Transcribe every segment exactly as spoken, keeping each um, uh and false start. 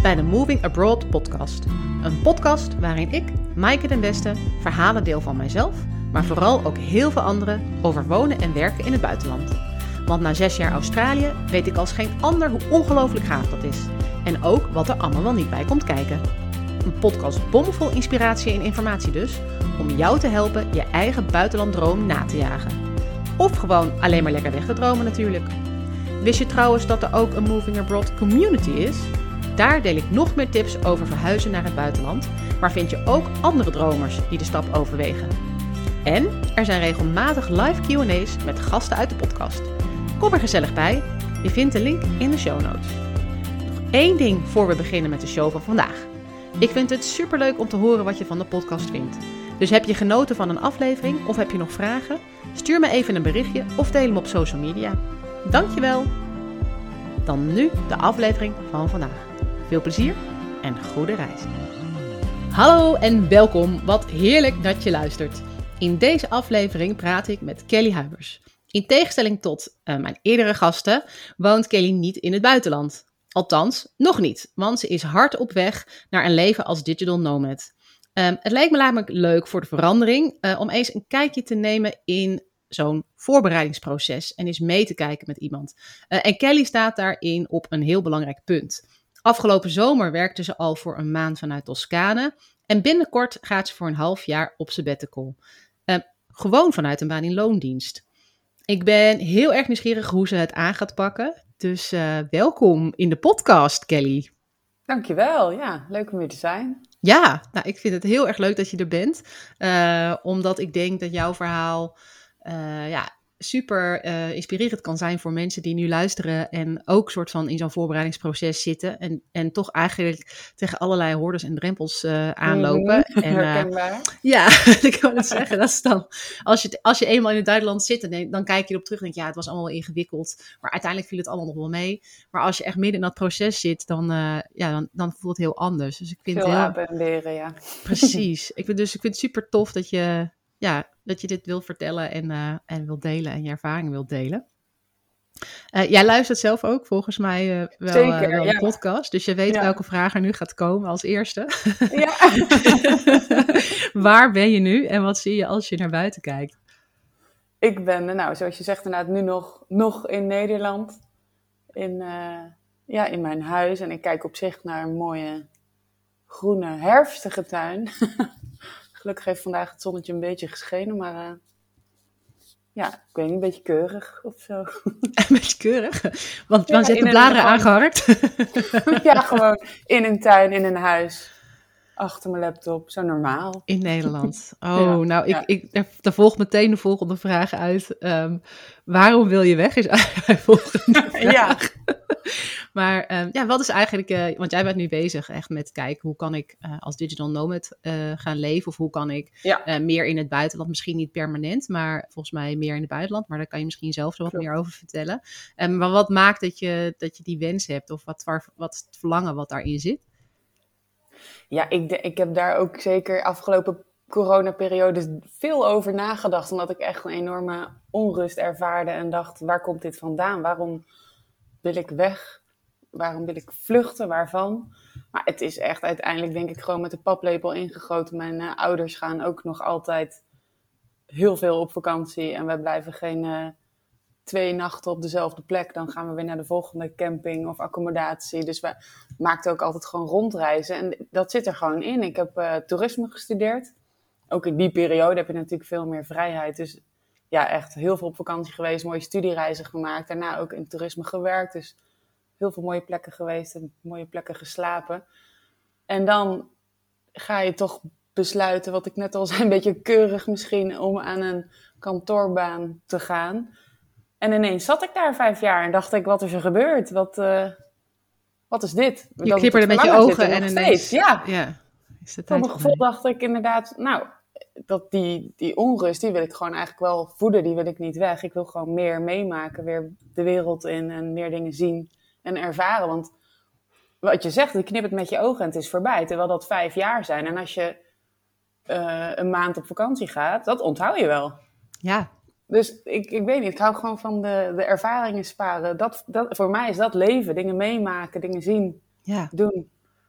bij de Moving Abroad podcast. Een podcast waarin ik, Maaike den Beste, verhalen deel van mijzelf, maar vooral ook heel veel anderen over wonen en werken in het buitenland. Want na zes jaar Australië weet ik als geen ander hoe ongelooflijk gaaf dat is. En ook wat er allemaal wel niet bij komt kijken. Een podcast bomvol inspiratie en informatie dus, om jou te helpen je eigen buitenlanddroom na te jagen. Of gewoon alleen maar lekker weg te dromen natuurlijk. Wist je trouwens dat er ook een Moving Abroad community is? Daar deel ik nog meer tips over verhuizen naar het buitenland, maar vind je ook andere dromers die de stap overwegen. En er zijn regelmatig live Q en A's met gasten uit de podcast. Kom er gezellig bij, je vindt de link in de show notes. Nog één ding voor we beginnen met de show van vandaag. Ik vind het superleuk om te horen wat je van de podcast vindt. Dus heb je genoten van een aflevering of heb je nog vragen? Stuur me even een berichtje of deel hem op social media. Dankjewel! Dan nu de aflevering van vandaag. Veel plezier en goede reis. Hallo en welkom. Wat heerlijk dat je luistert. In deze aflevering praat ik met Kelly Huibers. In tegenstelling tot uh, mijn eerdere gasten woont Kelly niet in het buitenland. Althans, nog niet, want ze is hard op weg naar een leven als digital nomad. Um, het lijkt me namelijk leuk voor de verandering uh, om eens een kijkje te nemen in zo'n voorbereidingsproces en eens mee te kijken met iemand. Uh, en Kelly staat daarin op een heel belangrijk punt. Afgelopen zomer werkte ze al voor een maand vanuit Toscane en binnenkort gaat ze voor een half jaar op sabbatical. Uh, gewoon vanuit een baan in loondienst. Ik ben heel erg nieuwsgierig hoe ze het aan gaat pakken. Dus uh, welkom in de podcast, Kelly. Dankjewel, ja, leuk om hier te zijn. Ja, nou, ik vind het heel erg leuk dat je er bent. Uh, omdat ik denk dat jouw verhaal uh, ja, super uh, inspirerend kan zijn voor mensen die nu luisteren en ook soort van in zo'n voorbereidingsproces zitten en, en toch eigenlijk tegen allerlei hordes en drempels uh, aanlopen. Mm-hmm. En, uh, Herkenbaar. Ja, ik kan het zeggen. Dat is dan, als, je, als je eenmaal in het buitenland zit, dan, dan kijk je erop terug en denk je, ja, het was allemaal wel ingewikkeld. Maar uiteindelijk viel het allemaal nog wel mee. Maar als je echt midden in dat proces zit, dan, uh, ja, dan, dan voelt het heel anders. Dus ik vind Veel het heel... apen en beren, ja. Precies. Ik vind, dus ik vind het super tof dat je, ja, dat je dit wilt vertellen en, uh, en wilt delen en je ervaring wilt delen. Uh, jij luistert zelf ook volgens mij uh, wel, Zeker, uh, wel ja. een podcast. Dus je weet Ja. welke vraag er nu gaat komen als eerste. Ja. Waar ben je nu en wat zie je als je naar buiten kijkt? Ik ben, nou, zoals je zegt, inderdaad nu nog, nog in Nederland. In, uh, ja, in mijn huis. En ik kijk op zich naar een mooie groene herfstige tuin. Gelukkig heeft vandaag het zonnetje een beetje geschenen, maar... Uh, Ja, ik weet niet, een beetje keurig of zo. Een beetje keurig? Want, Ja, want je hebt de bladeren gewoon... aangeharkt. Ja, gewoon in een tuin, in een huis. Achter mijn laptop, zo normaal. In Nederland. Oh, ja, nou, ik, ja. ik, er, er volgt meteen de volgende vraag uit. Um, waarom wil je weg? Is eigenlijk mijn volgende vraag. Ja. Maar um, ja, wat is eigenlijk... Uh, want jij bent nu bezig echt met kijken... hoe kan ik uh, als digital nomad uh, gaan leven? Of hoe kan ik Ja. uh, meer in het buitenland... misschien niet permanent, maar volgens mij meer in het buitenland. Maar daar kan je misschien zelf zo wat Klopt. meer over vertellen. Um, maar wat maakt dat je, dat je die wens hebt? Of wat, waar, wat is het verlangen wat daarin zit? Ja, ik, de, ik heb daar ook zeker afgelopen coronaperiode veel over nagedacht. Omdat ik echt een enorme onrust ervaarde en dacht, waar komt dit vandaan? Waarom wil ik weg? Waarom wil ik vluchten? Waarvan? Maar het is echt uiteindelijk denk ik gewoon met de paplepel ingegoten. Mijn uh, ouders gaan ook nog altijd heel veel op vakantie. En wij blijven geen uh, twee nachten op dezelfde plek. Dan gaan we weer naar de volgende camping of accommodatie. Dus we maakten ook altijd gewoon rondreizen. En dat zit er gewoon in. Ik heb uh, toerisme gestudeerd. Ook in die periode heb je natuurlijk veel meer vrijheid. Dus ja, echt heel veel op vakantie geweest. Mooie studiereizen gemaakt. Daarna ook in toerisme gewerkt. Dus heel veel mooie plekken geweest en mooie plekken geslapen. En dan ga je toch besluiten, wat ik net al zei, een beetje keurig misschien, om aan een kantoorbaan te gaan. En ineens zat ik daar vijf jaar en dacht ik, wat is er gebeurd? Wat, uh, wat is dit? Je knipperde met je ogen en ineens... Ja, ja is de tijd voor mijn gevoel dacht ik inderdaad, nou, dat die, die onrust, die wil ik gewoon eigenlijk wel voeden. Die wil ik niet weg. Ik wil gewoon meer meemaken, weer de wereld in en meer dingen zien en ervaren. Want wat je zegt, je knippert met je ogen en het is voorbij. Terwijl dat vijf jaar zijn. En als je uh, een maand op vakantie gaat, dat onthoud je wel. Ja. Dus ik, ik weet niet, ik hou gewoon van de, de ervaringen sparen. Dat, dat, voor mij is dat leven. Dingen meemaken, dingen zien, ja. doen.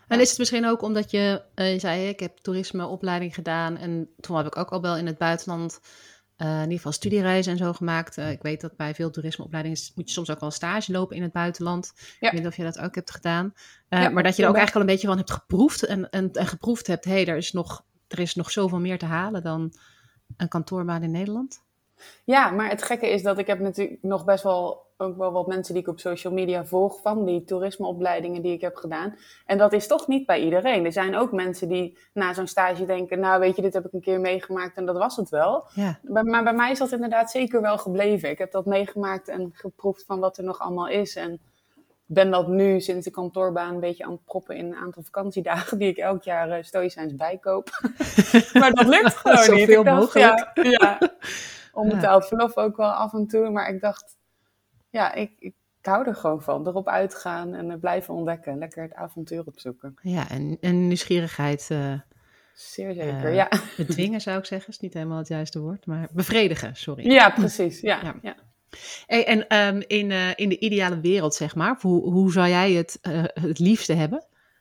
En is het misschien ook omdat je, uh, je zei, ik heb toerismeopleiding gedaan en toen heb ik ook al wel in het buitenland uh, in ieder geval studiereizen en zo gemaakt. Uh, ik weet dat bij veel toerismeopleidingen moet je soms ook wel stage lopen in het buitenland. Ja. Ik weet niet of je dat ook hebt gedaan. Uh, ja, maar dat je er ook eigenlijk al een beetje van hebt geproefd en, en, en geproefd hebt, hé, hey, er is nog, er is nog zoveel meer te halen dan een kantoorbaan in Nederland. Ja, maar het gekke is dat ik heb natuurlijk nog best wel ook wel wat mensen die ik op social media volg van die toerismeopleidingen die ik heb gedaan. En dat is toch niet bij iedereen. Er zijn ook mensen die na zo'n stage denken, nou weet je, dit heb ik een keer meegemaakt en dat was het wel. Ja. Maar bij mij is dat inderdaad zeker wel gebleven. Ik heb dat meegemaakt en geproefd van wat er nog allemaal is. En ben dat nu sinds de kantoorbaan een beetje aan het proppen in een aantal vakantiedagen die ik elk jaar uh, stoïcijns bijkoop. Maar dat lukt gewoon Zoveel niet. Ik dacht, mogelijk. Ja, ja, onbetaald verlof ook wel af en toe. Maar ik dacht, ja, ik, ik hou er gewoon van. Erop uitgaan en uh, blijven ontdekken. Lekker het avontuur opzoeken. Ja, en, en nieuwsgierigheid. Uh, Zeer zeker, uh, ja. Bedwingen zou ik zeggen, is niet helemaal het juiste woord. Maar bevredigen, sorry. Ja, precies. Ja, ja. ja. Hey, en um, in, uh, in de ideale wereld, zeg maar, hoe, hoe zou jij het uh, het liefste hebben?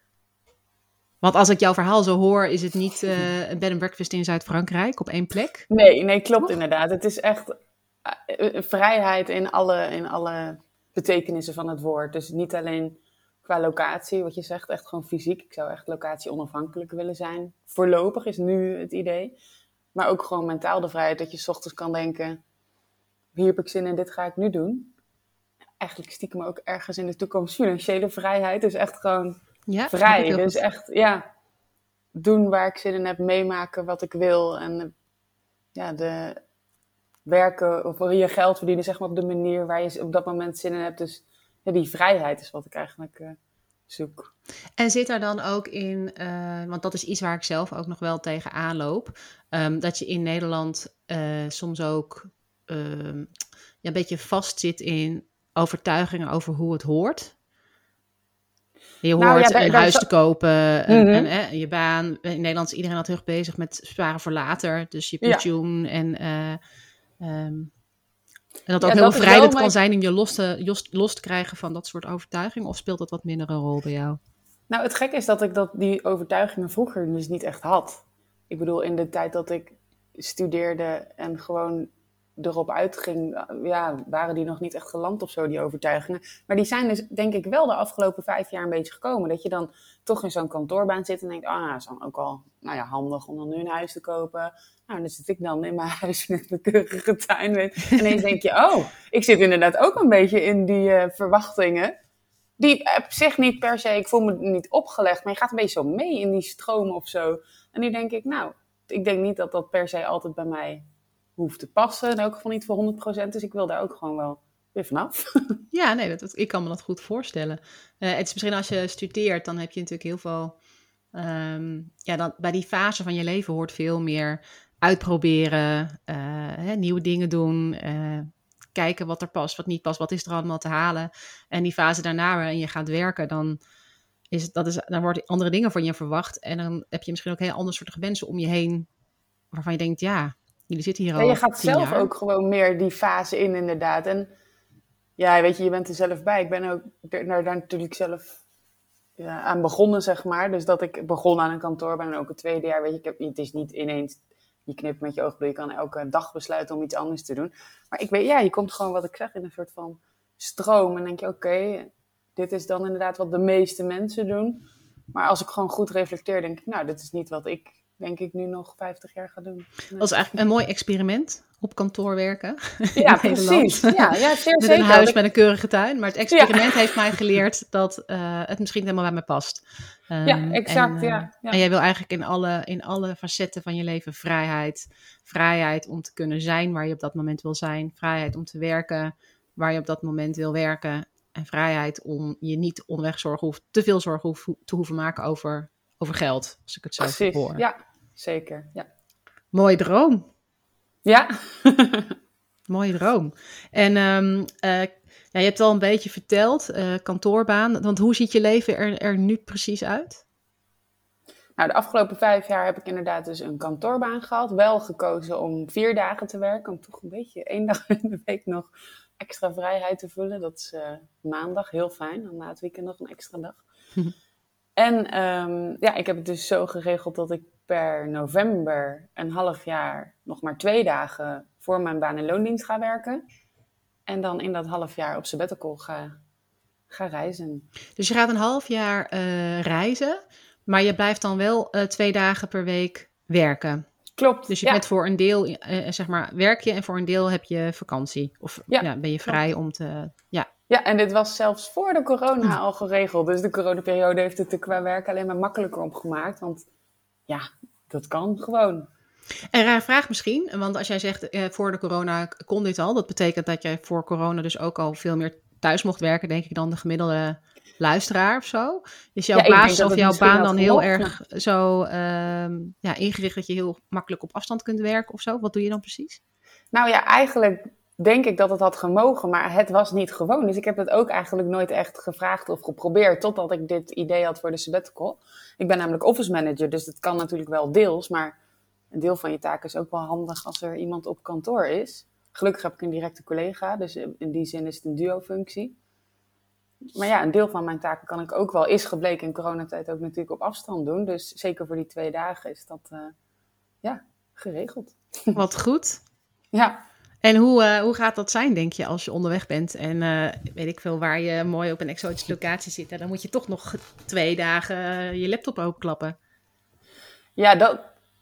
Want als ik jouw verhaal zo hoor, is het niet uh, een bed and breakfast in Zuid-Frankrijk op één plek? Nee, nee, klopt inderdaad. Het is echt uh, vrijheid in alle, in alle betekenissen van het woord. Dus niet alleen qua locatie, wat je zegt, echt gewoon fysiek. Ik zou echt locatie onafhankelijk willen zijn. Voorlopig is nu het idee. Maar ook gewoon mentaal de vrijheid dat je 's ochtends kan denken, hier heb ik zin in, dit ga ik nu doen. Eigenlijk stiekem ook ergens in de toekomst financiële vrijheid. Dus echt gewoon ja, vrij. Dus goed. Echt, ja, doen waar ik zin in heb, meemaken wat ik wil. En ja, de werken of je geld verdienen, zeg maar op de manier waar je op dat moment zin in hebt. Dus ja, die vrijheid is wat ik eigenlijk uh, zoek. En zit er dan ook in, uh, want dat is iets waar ik zelf ook nog wel tegenaan loop, um, dat je in Nederland uh, soms ook um, ja, een beetje vastzit in overtuigingen over hoe het hoort. Je hoort nou, ja, daar, een daar huis zo... te kopen, een, mm-hmm. een, een, je baan. In Nederland is iedereen altijd heel erg bezig met sparen voor later. Dus je pensioen ja. en... Uh, um, en dat ook ja, heel dat bevrijdend kan mijn... zijn om je los te, los, los te krijgen van dat soort overtuigingen? Of speelt dat wat minder een rol bij jou? Nou, het gekke is dat ik dat, die overtuigingen vroeger dus niet echt had. Ik bedoel, in de tijd dat ik studeerde en gewoon erop uitging, ja, waren die nog niet echt geland of zo, die overtuigingen. Maar die zijn dus, denk ik, wel de afgelopen vijf jaar een beetje gekomen. Dat je dan toch in zo'n kantoorbaan zit en denkt, ah, nou, dat is dan ook al nou ja, handig om dan nu een huis te kopen. Nou, dan zit ik dan in mijn huis met mijn keurige tuin. Weet. En ineens denk je, oh, ik zit inderdaad ook een beetje in die uh, verwachtingen. Die op zich niet per se, ik voel me niet opgelegd, maar je gaat een beetje zo mee in die stroom of zo. En die denk ik, nou, ik denk niet dat dat per se altijd bij mij hoeft te passen. In elk geval niet voor honderd procent, dus ik wil daar ook gewoon wel weer vanaf. Ja, nee, dat, dat, ik kan me dat goed voorstellen. Uh, het is misschien als je studeert, dan heb je natuurlijk heel veel... Um, ja, dan, bij die fase van je leven hoort veel meer uitproberen, uh, hè, nieuwe dingen doen, uh, kijken wat er past, wat niet past, wat is er allemaal te halen. En die fase daarna waarin je gaat werken, dan, is, dat is, dan worden andere dingen van je verwacht. En dan heb je misschien ook heel andere soorten mensen om je heen, waarvan je denkt, ja, jullie zitten hier al ja, je gaat tien zelf jaar. Ook gewoon meer die fase in, inderdaad. En ja, weet je, je bent er zelf bij. Ik ben ook daar, daar natuurlijk zelf ja, aan begonnen, zeg maar. Dus dat ik begon aan een kantoor ben en ook het tweede jaar, weet je, ik heb, het is niet ineens, je knipt met je ogen, je kan elke dag besluiten om iets anders te doen. Maar ik weet, ja, je komt gewoon, wat ik zeg, in een soort van stroom. En denk je, oké, okay, dit is dan inderdaad wat de meeste mensen doen. Maar als ik gewoon goed reflecteer, denk ik, nou, dit is niet wat ik, denk ik, nu nog vijftig jaar ga doen. Nee. Dat is eigenlijk een mooi experiment, op kantoor werken. Ja, precies. Ja, ja, zeer met zeker. een huis met een keurige tuin. Maar het experiment ja. heeft mij geleerd dat uh, het misschien helemaal bij mij past. Um, ja, exact. En, uh, ja, ja. en jij wil eigenlijk in alle, in alle facetten van je leven vrijheid. Vrijheid om te kunnen zijn waar je op dat moment wil zijn. Vrijheid om te werken waar je op dat moment wil werken. En vrijheid om je niet onderweg zorgen hoeft, te veel zorgen hoeft, te hoeven maken over, over geld. Als ik het zo precies. hoor. Ja, zeker. Ja. Mooie droom. Ja. Mooie droom. En um, uh, ja, je hebt al een beetje verteld, uh, kantoorbaan. Want hoe ziet je leven er, er nu precies uit? Nou, de afgelopen vijf jaar heb ik inderdaad dus een kantoorbaan gehad. Wel gekozen om vier dagen te werken. Om toch een beetje één dag in de week nog extra vrijheid te vullen. Dat is uh, maandag, heel fijn. Dan na het weekend nog een extra dag. En um, ja, ik heb het dus zo geregeld dat ik per november een half jaar nog maar twee dagen voor mijn baan- en loondienst ga werken. En dan in dat half jaar op sabbatical ga, ga reizen. Dus je gaat een half jaar uh, reizen, maar je blijft dan wel uh, twee dagen per week werken. Klopt. Dus je ja. bent voor een deel, uh, zeg maar, werk je en voor een deel heb je vakantie. Of ja, ja, ben je vrij klopt. om te... Ja. ja, en dit was zelfs voor de corona hm. al geregeld. Dus de coronaperiode heeft het er qua werk alleen maar makkelijker op gemaakt. Want ja, dat kan gewoon. Een raar vraag misschien, want als jij zegt uh, voor de corona kon dit al. Dat betekent dat jij voor corona dus ook al veel meer thuis mocht werken, denk ik, dan de gemiddelde luisteraar of zo. Is jouw ja, baas of jouw baan dan heel erg maar... zo uh, ja, ingericht dat je heel makkelijk op afstand kunt werken of zo? Wat doe je dan precies? Nou ja, eigenlijk denk ik dat het had gemogen, maar het was niet gewoon. Dus ik heb het ook eigenlijk nooit echt gevraagd of geprobeerd, totdat ik dit idee had voor de sabbatical. Ik ben namelijk office manager, dus dat kan natuurlijk wel deels, maar een deel van je taak is ook wel handig als er iemand op kantoor is. Gelukkig heb ik een directe collega, dus in die zin is het een duo-functie. Maar ja, een deel van mijn taken kan ik ook wel, is gebleken in coronatijd ook natuurlijk op afstand doen. Dus zeker voor die twee dagen is dat, uh, ja, geregeld. Wat goed. Ja. En hoe, uh, hoe gaat dat zijn, denk je, als je onderweg bent en uh, weet ik veel, waar je mooi op een exotische locatie zit. En dan moet je toch nog twee dagen uh, je laptop openklappen. Ja, dat...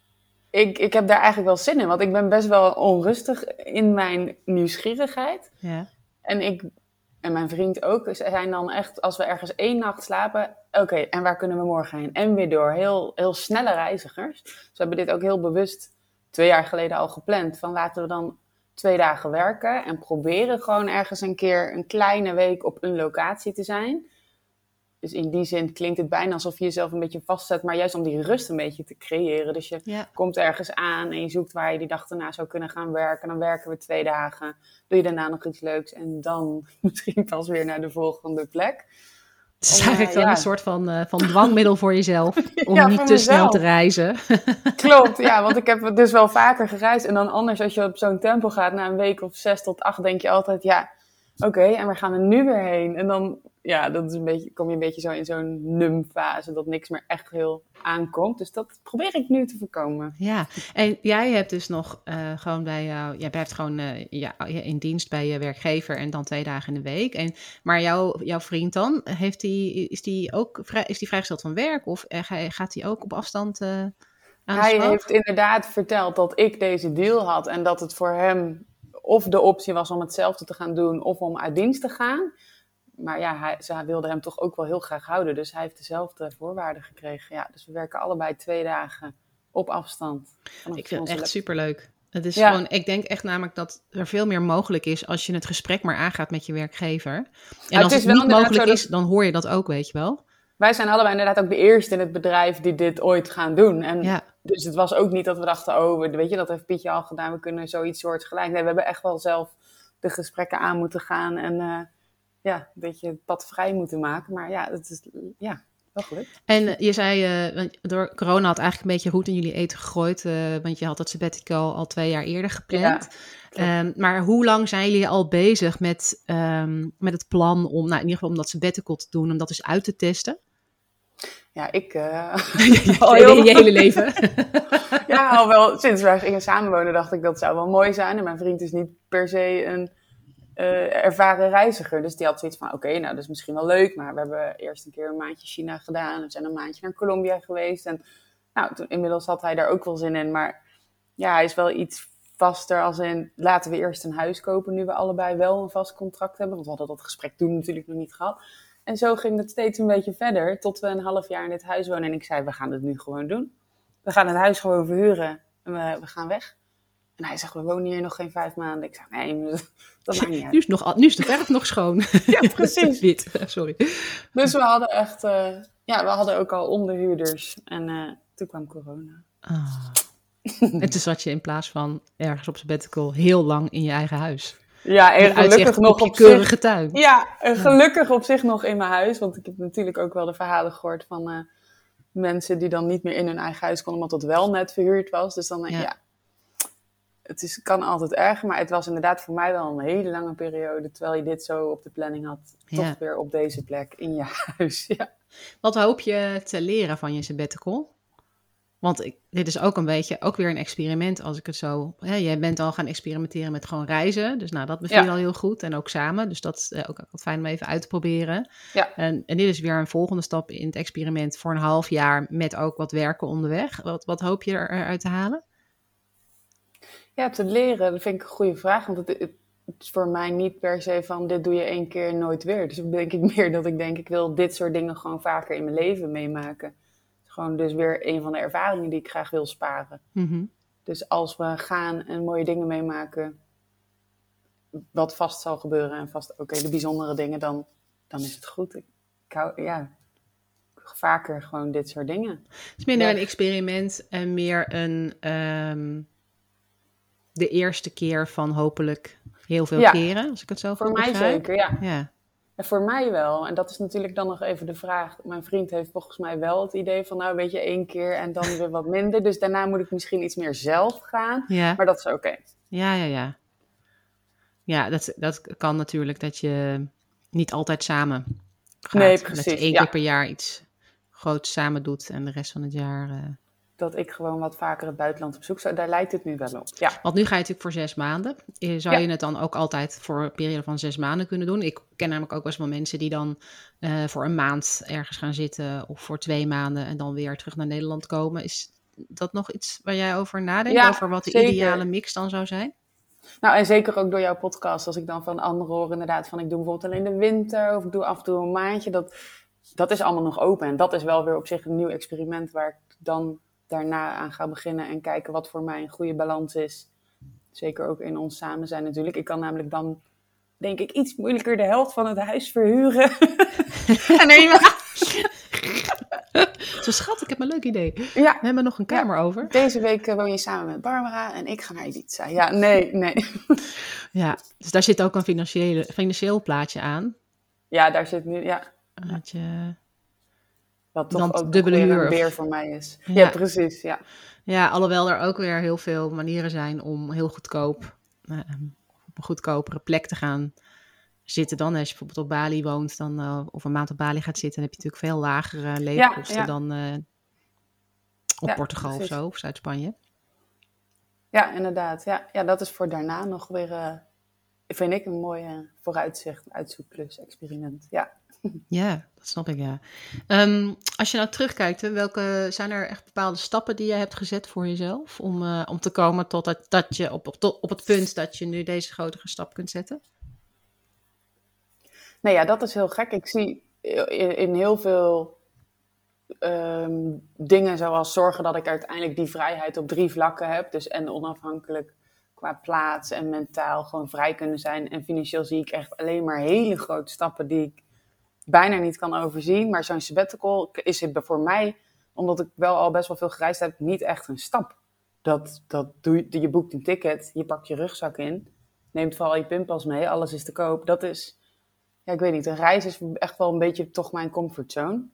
Ik, ik heb daar eigenlijk wel zin in, want ik ben best wel onrustig in mijn nieuwsgierigheid. Ja. En ik en mijn vriend ook zijn dan echt, als we ergens één nacht slapen, oké, okay, en waar kunnen we morgen heen? En weer door. Heel, heel snelle reizigers. Dus we hebben dit ook heel bewust twee jaar geleden al gepland. Van laten we dan twee dagen werken en proberen gewoon ergens een keer een kleine week op een locatie te zijn. Dus in die zin klinkt het bijna alsof je jezelf een beetje vastzet, maar juist om die rust een beetje te creëren. Dus je ja. komt ergens aan en je zoekt waar je die dag daarna zou kunnen gaan werken. Dan werken we twee dagen, doe je daarna nog iets leuks en dan misschien pas weer naar de volgende plek. Het is eigenlijk uh, dan ja. een soort van, uh, van dwangmiddel voor jezelf, om ja, niet te mezelf. snel te reizen. Klopt, ja, want ik heb dus wel vaker gereisd. En dan anders, als je op zo'n tempo gaat, na een week of zes tot acht, denk je altijd, ja, oké, okay, en waar gaan we nu weer heen? En dan, ja, dat is een beetje, kom je een beetje zo in zo'n num-fase, dat niks meer echt heel aankomt. Dus dat probeer ik nu te voorkomen. Ja, en jij hebt dus nog uh, gewoon bij jou, jij blijft gewoon uh, ja, in dienst bij je werkgever en dan twee dagen in de week. En, maar jouw, jouw vriend dan, heeft die, is die ook vrij, is die vrijgesteld van werk of uh, gaat hij ook op afstand uh, aan de Hij slag? heeft inderdaad verteld dat ik deze deal had en dat het voor hem of de optie was om hetzelfde te gaan doen of om uit dienst te gaan. Maar ja, hij, ze wilde hem toch ook wel heel graag houden. Dus hij heeft dezelfde voorwaarden gekregen. Ja, dus we werken allebei twee dagen op afstand. Ik vind het echt superleuk. Het is ja. gewoon, ik denk echt namelijk dat er veel meer mogelijk is als je het gesprek maar aangaat met je werkgever. En ja, als het, het niet mogelijk is, dat... dan hoor je dat ook, weet je wel. Wij zijn allebei inderdaad ook de eerste in het bedrijf die dit ooit gaan doen. En ja. Dus het was ook niet dat we dachten, oh, weet je, dat heeft Pietje al gedaan. We kunnen zoiets soortgelijk. Nee, we hebben echt wel zelf de gesprekken aan moeten gaan en uh, ja, een beetje het pad vrij moeten maken. Maar ja, het is ja, wel gelukt. En je zei, uh, door corona had eigenlijk een beetje roet in jullie eten gegooid. Uh, want je had het sabbatical al twee jaar eerder gepland. Ja, um, maar hoe lang zijn jullie al bezig met, um, met het plan om, nou, in ieder geval om dat sabbatical te doen, om dat eens uit te testen? Ja, ik... Uh, al heel... In je hele leven? Ja, al wel sinds wij gingen samenwonen dacht ik dat zou wel mooi zijn. En mijn vriend is niet per se een uh, ervaren reiziger. Dus die had zoiets van, oké, okay, nou dat is misschien wel leuk. Maar we hebben eerst een keer een maandje China gedaan. We zijn een maandje naar Colombia geweest. En nou, toen, inmiddels had hij daar ook wel zin in. Maar ja, hij is wel iets vaster als in, laten we eerst een huis kopen. Nu we allebei wel een vast contract hebben. Want we hadden dat gesprek toen natuurlijk nog niet gehad. En zo ging het steeds een beetje verder, tot we een half jaar in dit huis wonen. En ik zei, we gaan het nu gewoon doen. We gaan het huis gewoon verhuren en we, we gaan weg. En hij zegt, we wonen hier nog geen vijf maanden. Ik zeg, nee, dat maakt niet uit. Nu is, nog, nu is de verf nog schoon. Ja, precies. Wit, sorry. Dus we hadden echt, uh, ja, we hadden ook al onderhuurders. En uh, toen kwam corona. Ah. En toen zat je in plaats van ergens op sabbatical heel lang in je eigen huis. Ja, en gelukkig nog op je keurige zich, tuin. Ja, en gelukkig op zich nog in mijn huis. Want ik heb natuurlijk ook wel de verhalen gehoord van uh, mensen die dan niet meer in hun eigen huis konden, omdat het wel net verhuurd was. Dus dan, uh, ja, ja het is, kan altijd erger. Maar het was inderdaad voor mij wel een hele lange periode, terwijl je dit zo op de planning had, toch ja. weer op deze plek in je huis. Ja. Wat hoop je te leren van je sabbatical? Want ik, dit is ook een beetje, ook weer een experiment als ik het zo... Hè, jij bent al gaan experimenteren met gewoon reizen. Dus nou, dat beviel Ja. al heel goed. En ook samen. Dus dat is eh, ook wat fijn om even uit te proberen. Ja. En, en dit is weer een volgende stap in het experiment voor een half jaar met ook wat werken onderweg. Wat, wat hoop je er- eruit te halen? Ja, te leren, dat vind ik een goede vraag. Want het, het, het is voor mij niet per se van dit doe je één keer en nooit weer. Dus dan denk ik meer dat ik denk, ik wil dit soort dingen gewoon vaker in mijn leven meemaken. Het is gewoon dus weer een van de ervaringen die ik graag wil sparen. Mm-hmm. Dus als we gaan en mooie dingen meemaken, wat vast zal gebeuren en vast oké, de bijzondere dingen, dan, dan is het goed. Ik, ik hou, ja, vaker gewoon dit soort dingen. Het is minder Ja. een experiment en meer een... ehm, de eerste keer van hopelijk heel veel Ja. keren, als ik het zo Voor goed mij begrijp. zeker, ja. Ja. En voor mij wel. En dat is natuurlijk dan nog even de vraag. Mijn vriend heeft volgens mij wel het idee van, nou weet je, één keer en dan weer wat minder. Dus daarna moet ik misschien iets meer zelf gaan. Ja. Maar dat is oké. Ja, ja, ja. Ja, dat, dat kan natuurlijk dat je niet altijd samen gaat. Nee, Dat je precies, één ja. keer per jaar iets groots samen doet en de rest van het jaar... eh, Dat ik gewoon wat vaker het buitenland op zoek zou. Daar lijkt het nu wel op. Ja, Want nu ga je natuurlijk voor zes maanden. Eh, Zou Ja. je het dan ook altijd voor een periode van zes maanden kunnen doen? Ik ken namelijk ook best wel mensen die dan eh, voor een maand ergens gaan zitten... of voor twee maanden en dan weer terug naar Nederland komen. Is dat nog iets waar jij over nadenkt? Ja, over wat de zeker. ideale mix dan zou zijn? nou en zeker ook door jouw podcast. Als ik dan van anderen hoor inderdaad van ik doe bijvoorbeeld alleen de winter. Of ik doe af en toe een maandje. Dat, dat is allemaal nog open. En dat is wel weer op zich een nieuw experiment waar ik dan daarna aan ga beginnen. En kijken wat voor mij een goede balans is. Zeker ook in ons samen zijn natuurlijk. Ik kan namelijk dan, denk ik, iets moeilijker de helft van het huis verhuren. en neem Zo schat, ik heb een leuk idee. Ja, We hebben nog een kamer over. deze week eh, woon je samen met Barbara en ik ga naar Ibiza. Ja, nee, nee. Ja, dus daar zit ook een financiële, financieel plaatje aan. Ja, daar zit nu, ja. Dat je, Wat toch Dan ook dubbele weer huur een of- beer voor mij is. Ja. Ja, precies, ja. ja, alhoewel er ook weer heel veel manieren zijn om heel goedkoop... eh, op een goedkopere plek te gaan zitten dan. Als je bijvoorbeeld op Bali woont dan, uh, of een maand op Bali gaat zitten... dan heb je natuurlijk veel lagere leefkosten Ja, ja. dan uh, op Ja, Portugal precies. of zo, of Zuid-Spanje. Ja, inderdaad. Ja, ja, dat is voor daarna nog weer, uh, vind ik, een mooie vooruitzicht, uitzoekklus, experiment. Ja. Ja, dat snap ik, ja. Um, als je nou terugkijkt, hè, welke zijn er echt bepaalde stappen die je hebt gezet voor jezelf... om, uh, om te komen tot dat, dat je op, op, tot, op het punt dat je nu deze grotere stap kunt zetten? Nee, ja, dat is heel gek. Ik zie in, in heel veel um, dingen zoals zorgen dat ik uiteindelijk die vrijheid op drie vlakken heb. Dus en onafhankelijk qua plaats en mentaal gewoon vrij kunnen zijn. En financieel zie ik echt alleen maar hele grote stappen die ik bijna niet kan overzien. Maar zo'n sabbatical is het voor mij, omdat ik wel al best wel veel gereisd heb, niet echt een stap. Dat, dat doe je, je boekt een ticket, je pakt je rugzak in, neemt vooral je pinpas mee, alles is te koop. Dat is, ja, ik weet niet, een reis is echt wel een beetje toch mijn comfortzone.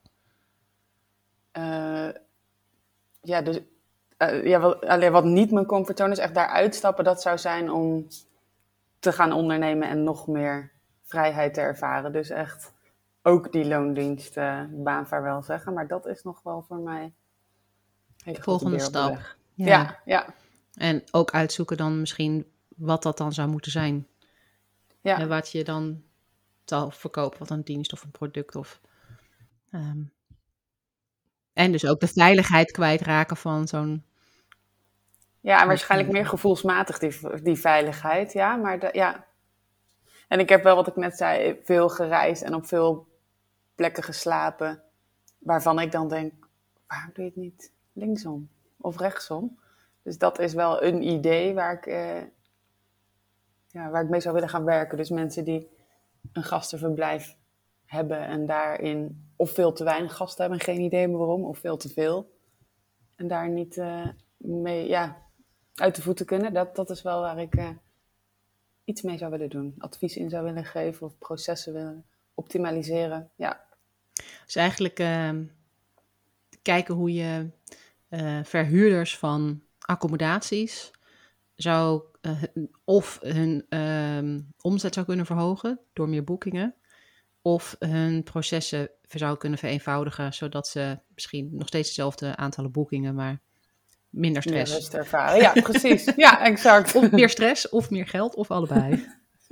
Uh, ja, dus uh, ja, wat, alleen wat niet mijn comfortzone is, echt daar uitstappen, dat zou zijn om te gaan ondernemen en nog meer vrijheid te ervaren. Dus echt ook die loondienst uh, baan vaarwel zeggen. Maar dat is nog wel voor mij de volgende stap. Ja. ja, ja. En ook uitzoeken dan misschien wat dat dan zou moeten zijn. Ja. En wat je dan zal verkopen, wat een dienst of een product. Of, um, en dus ook de veiligheid kwijtraken van zo'n... Ja, en waarschijnlijk meer gevoelsmatig die, die veiligheid. Ja, maar de, ja... En ik heb wel, wat ik net zei, veel gereisd en op veel plekken geslapen. Waarvan ik dan denk, waarom doe je het niet linksom of rechtsom? Dus dat is wel een idee waar ik, eh, ja, waar ik mee zou willen gaan werken. Dus mensen die een gastenverblijf hebben en daarin of veel te weinig gasten hebben, geen idee meer waarom, of veel te veel. En daar niet uh, mee, ja, uit de voeten kunnen. Dat, dat is wel waar ik... Uh, iets mee zou willen doen. Advies in zou willen geven of processen willen optimaliseren. Ja. Dus eigenlijk uh, kijken hoe je uh, verhuurders van accommodaties zou uh, of hun uh, omzet zou kunnen verhogen door meer boekingen. of hun processen zou kunnen vereenvoudigen, zodat ze misschien nog steeds hetzelfde aantallen boekingen, maar minder stress. Meer rust ervaren. Ja, precies. Ja, exact. Of meer stress, of meer geld, of allebei.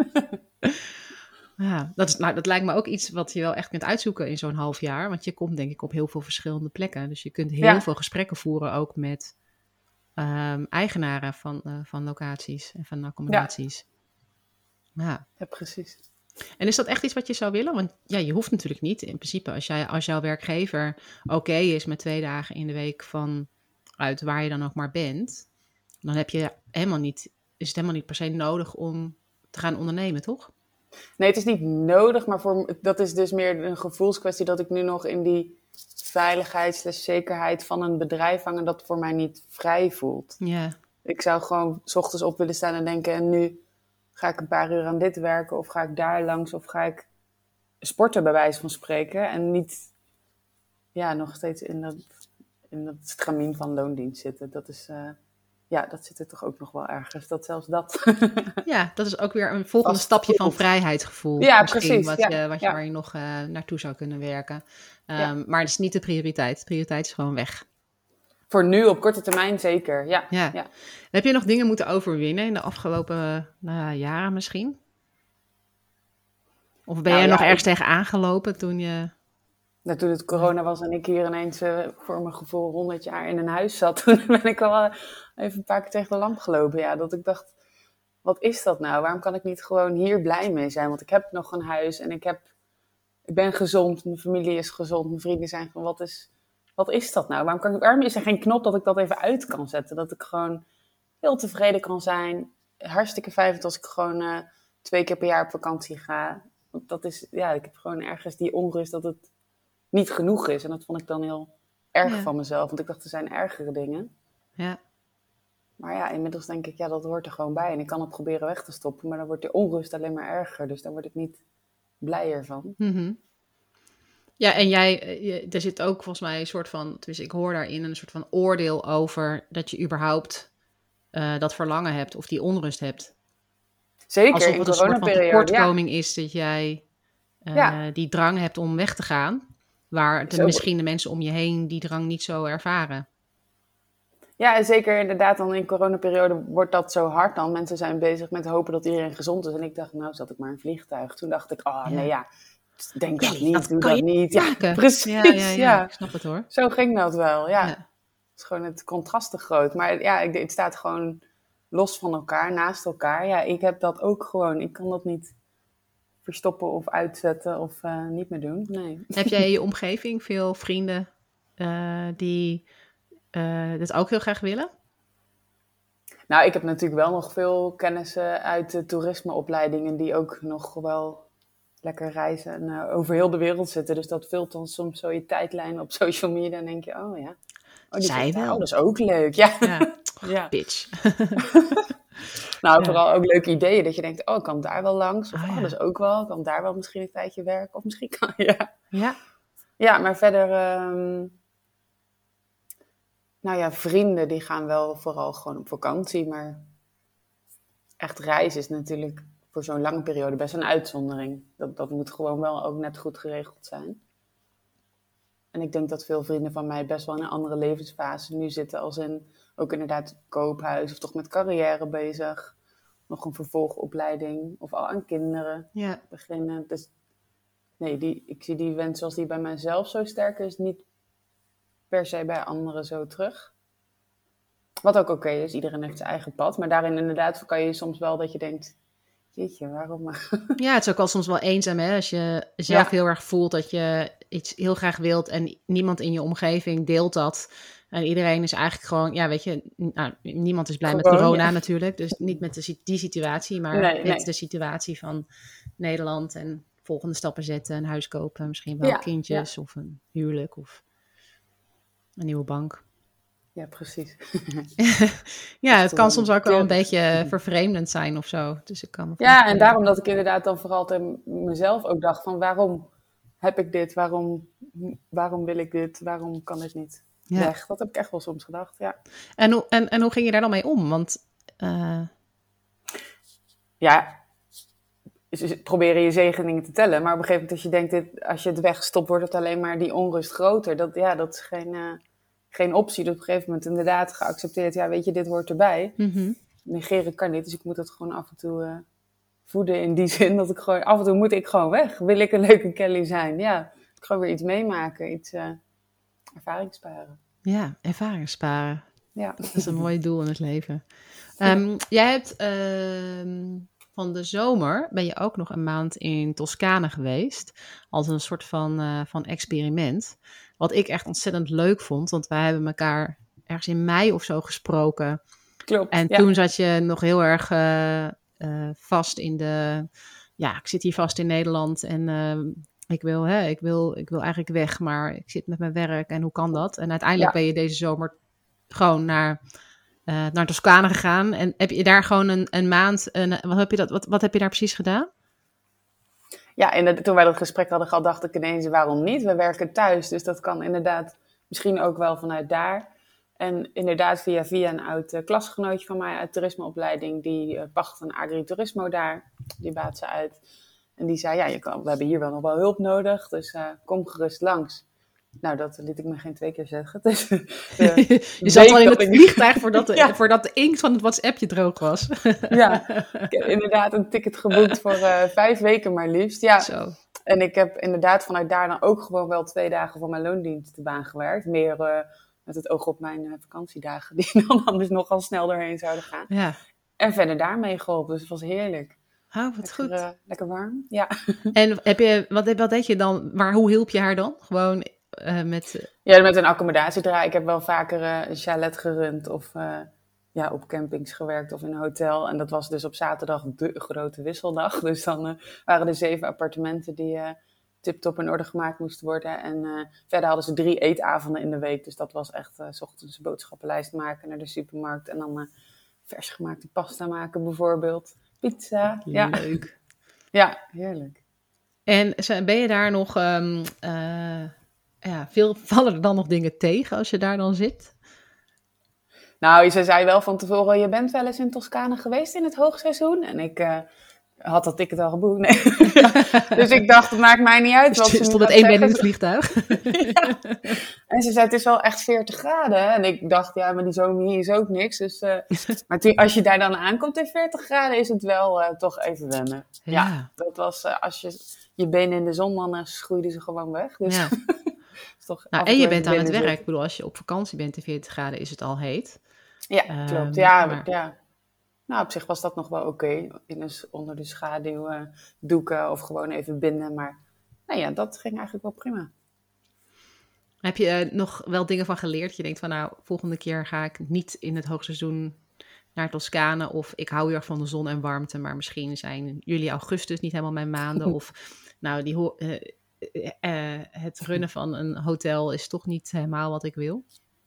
Ja, dat, is, nou, dat lijkt me ook iets wat je wel echt kunt uitzoeken in zo'n half jaar. Want je komt denk ik op heel veel verschillende plekken. Dus je kunt heel Ja. veel gesprekken voeren ook met um, eigenaren van, uh, van locaties en van accommodaties. Ja. Ja. Ja, precies. En is dat echt iets wat je zou willen? Want ja, je hoeft natuurlijk niet. In principe, als, jij, als jouw werkgever oké okay is met twee dagen in de week vanuit waar je dan ook maar bent, dan heb je helemaal niet, is het helemaal niet per se nodig om te gaan ondernemen, toch? Nee, het is niet nodig, maar voor, dat is dus meer een gevoelskwestie dat ik nu nog in die veiligheid slash zekerheid van een bedrijf hang en dat voor mij niet vrij voelt. Ja. Ik zou gewoon 's ochtends op willen staan en denken, en nu ga ik een paar uur aan dit werken of ga ik daar langs of ga ik sporten bij wijze van spreken en niet ja, nog steeds in dat, in dat stramien van loondienst zitten. Dat is, uh, ja, dat zit er toch ook nog wel ergens, dat zelfs dat. Ja, dat is ook weer een volgende Vast stapje van voelt. vrijheidsgevoel. Ja, misschien, precies. Wat, Ja, je, wat je, ja. waar je nog uh, naartoe zou kunnen werken. Um, Ja. Maar het is niet de prioriteit. De prioriteit is gewoon weg. Voor nu op korte termijn zeker, ja. Ja. ja. Heb je nog dingen moeten overwinnen in de afgelopen nou ja, jaren misschien? Of ben Nou, jij ja, nog ergens ik- tegen aangelopen toen je... Nou, toen het corona was en ik hier ineens uh, voor mijn gevoel honderd jaar in een huis zat, toen ben ik al uh, even een paar keer tegen de lamp gelopen. Ja, dat ik dacht, wat is dat nou? Waarom kan ik niet gewoon hier blij mee zijn? Want ik heb nog een huis en ik, heb, ik ben gezond, mijn familie is gezond, mijn vrienden zijn van, wat is, wat is dat nou? Waarom, kan ik, waarom is er geen knop dat ik dat even uit kan zetten? Dat ik gewoon heel tevreden kan zijn. Hartstikke fijn vind als ik gewoon uh, twee keer per jaar op vakantie ga. Want dat is, ja, ik heb gewoon ergens die onrust dat het niet genoeg is. En dat vond ik dan heel erg Ja. van mezelf. Want ik dacht, er zijn ergere dingen. Ja, Maar ja, inmiddels denk ik, ja, dat hoort er gewoon bij. En ik kan het proberen weg te stoppen. Maar dan wordt die onrust alleen maar erger. Dus daar word ik niet blijer van. mm-hmm. Ja, en jij, eh, je, er zit ook volgens mij een soort van... Dus ik hoor daarin een soort van oordeel over dat je überhaupt uh, dat verlangen hebt of die onrust hebt. Zeker Alsof in het een soort van coronaperiode. Ja, tekortkoming is dat jij uh, Ja. die drang hebt om weg te gaan. Waar de, Zo. misschien de mensen om je heen die drang niet zo ervaren. ja, en zeker inderdaad dan in coronaperiode wordt dat zo hard dan. Mensen zijn bezig met hopen dat iedereen gezond is. En ik dacht, nou zat ik maar in een vliegtuig. Toen dacht ik, oh Ja. nee ja, denk Ja, dat niet, dat doe kan dat je niet. Ja, maken. precies. Ja, ja, ja, ja. ik snap het hoor. Zo ging dat wel, ja. Ja. Het is gewoon het contrast te groot. Maar ja, ik- het staat gewoon los van elkaar, naast elkaar. Ja, ik heb dat ook gewoon. Ik kan dat niet verstoppen of uitzetten of uh, niet meer doen. Nee. Heb jij in je omgeving veel vrienden uh, die uh, dit ook heel graag willen? Nou, ik heb natuurlijk wel nog veel kennissen uit de toerismeopleidingen die ook nog wel lekker reizen en uh, over heel de wereld zitten. Dus dat vult dan soms zo je tijdlijn op social media en denk je, oh ja. Oh, die Zij zegt, wel. oh, dat is ook leuk. Ja. Ja, ja. bitch. Nou, Ja. vooral ook leuke ideeën. Dat je denkt, oh, ik kan daar wel langs. Of, Ah, oh, ja. dat is ook wel. Ik kan daar wel misschien een tijdje werken. Of misschien kan, ja. Ja, Ja, maar verder... Um, nou ja, vrienden die gaan wel vooral gewoon op vakantie. Maar echt reizen is natuurlijk voor zo'n lange periode best een uitzondering. Dat, dat moet gewoon wel ook net goed geregeld zijn. En ik denk dat veel vrienden van mij best wel in een andere levensfase nu zitten. Als in ook inderdaad koophuis of toch met carrière bezig. Nog een vervolgopleiding of al aan kinderen ja. beginnen. Dus nee, die, ik zie die wens zoals die bij mijzelf zo sterk is, niet per se bij anderen zo terug. Wat ook oké is, iedereen heeft zijn eigen pad. Maar daarin inderdaad kan je soms wel dat je denkt, jeetje, waarom? Ja, het is ook wel soms wel eenzaam, hè? Als je zelf Ja. heel erg voelt dat je iets heel graag wilt en niemand in je omgeving deelt dat. En iedereen is eigenlijk gewoon, ja, weet je, nou, niemand is blij met Gewoon, corona ja. natuurlijk. Dus niet met de, si- die situatie, maar Nee, met nee. de situatie van Nederland en volgende stappen zetten, een huis kopen, misschien wel Ja, kindjes of een huwelijk of een nieuwe bank. Ja, precies. Ja, het toch kan wel soms ook wel een natuurlijk. beetje vervreemdend zijn of zo. Dus ik kan me Ja, voorstellen- en daarom dat ik inderdaad dan vooral tegen mezelf ook dacht van waarom heb ik dit? Waarom, waarom wil ik dit? Waarom kan dit niet Ja. weg? Dat heb ik echt wel soms gedacht, ja. En, hoe, en, en hoe ging je daar dan mee om? Want uh, Ja, Dus proberen je zegeningen te tellen. Maar op een gegeven moment als je denkt, dit, als je het wegstopt, wordt het alleen maar die onrust groter. Dat, ja, dat is geen, uh, geen optie. Dus op een gegeven moment inderdaad geaccepteerd. Ja, weet je, dit hoort erbij. Mm-hmm. Negeren kan niet. Dus ik moet dat gewoon af en toe uh, voeden in die zin. Dat ik gewoon, af en toe moet ik gewoon weg. Wil ik een leuke Kelly zijn? Ja, ik gewoon weer iets meemaken. Iets uh, ervaring sparen. Ja, ervaring sparen. Ja. Dat is een mooi doel in het leven. Um, jij hebt... Uh, Van de zomer ben je ook nog een maand in Toscane geweest. Als een soort van, uh, van experiment. Wat ik echt ontzettend leuk vond. Want wij hebben elkaar ergens in mei of zo gesproken. Klopt, En ja. toen zat je nog heel erg uh, uh, vast in de... Ja, ik zit hier vast in Nederland. En uh, ik, wil, hè, ik, wil, ik wil eigenlijk weg. Maar ik zit met mijn werk. En hoe kan dat? En uiteindelijk ja. ben je deze zomer gewoon naar... Uh, naar Toscane gegaan. En heb je daar gewoon een, een maand... Een, wat, heb je dat, wat, wat heb je daar precies gedaan? Ja, en toen wij dat gesprek hadden gehad, dacht ik ineens, waarom niet? We werken thuis, dus dat kan inderdaad misschien ook wel vanuit daar. En inderdaad via via een oud uh, klasgenootje van mij uit toerismeopleiding, die uh, pacht een agriturismo daar. Die baat ze uit. En die zei, ja, je kan, we hebben hier wel nog wel hulp nodig, dus uh, kom gerust langs. Nou, dat liet ik me geen twee keer zeggen. Dus, uh, je zat al in het vliegtuig voordat de, ja. voordat de inkt van het WhatsAppje droog was. Ja, ik heb inderdaad een ticket geboekt voor uh, vijf weken maar liefst. Ja. Zo. En ik heb inderdaad vanuit daar dan ook gewoon wel twee dagen voor mijn loondienstenbaan gewerkt. Meer uh, met het oog op mijn uh, vakantiedagen, die dan anders nogal snel doorheen zouden gaan. Ja. En verder daarmee geholpen, dus het was heerlijk. Oh, wat lekker, goed. Uh, lekker warm, ja. En heb je, wat, wat deed je dan, maar hoe hielp je haar dan? Gewoon... Uh, met... Uh... Ja, met een accommodatiedraai. Ik heb wel vaker uh, een chalet gerund of uh, ja, op campings gewerkt of in een hotel. En dat was dus op zaterdag de grote wisseldag. Dus dan uh, waren er zeven appartementen die uh, tip-top in orde gemaakt moesten worden. En uh, verder hadden ze drie eetavonden in de week. Dus dat was echt uh, 's ochtends een boodschappenlijst maken naar de supermarkt. En dan uh, vers gemaakte pasta maken bijvoorbeeld. Pizza. Leuk. Ja, ja heerlijk. En ben je daar nog... Um, uh... Ja, veel, vallen er dan nog dingen tegen als je daar dan zit? Nou, ze zei wel van tevoren, je bent wel eens in Toscane geweest in het hoogseizoen. En ik uh, had dat ticket al geboekt. Nee. Ja, dus ik dacht, het maakt mij niet uit. Wat ze stond het één bed in het vliegtuig? Ja. En ze zei, het is wel echt veertig graden. En ik dacht, ja, maar die zomer hier is ook niks. Dus, uh, maar toen, als je daar dan aankomt in veertig graden, is het wel uh, toch even wennen. Ja, ja dat was, uh, als je je benen in de zon, dan uh, schroeiden ze gewoon weg. Dus... Ja. Nou, en je bent aan het werk. Zit. Ik bedoel, als je op vakantie bent in veertig graden, is het al heet. Ja, um, klopt. Ja, maar... ja. Nou, op zich was dat nog wel oké. Okay. Onder de schaduw uh, doeken of gewoon even binnen. Maar nou ja, dat ging eigenlijk wel prima. Heb je uh, nog wel dingen van geleerd? Je denkt van, nou, volgende keer ga ik niet in het hoogseizoen naar Toscane. Of ik hou heel erg van de zon en warmte. Maar misschien zijn juli, augustus niet helemaal mijn maanden. Of nou, die... Ho- uh, Uh, het runnen van een hotel is toch niet helemaal wat ik wil?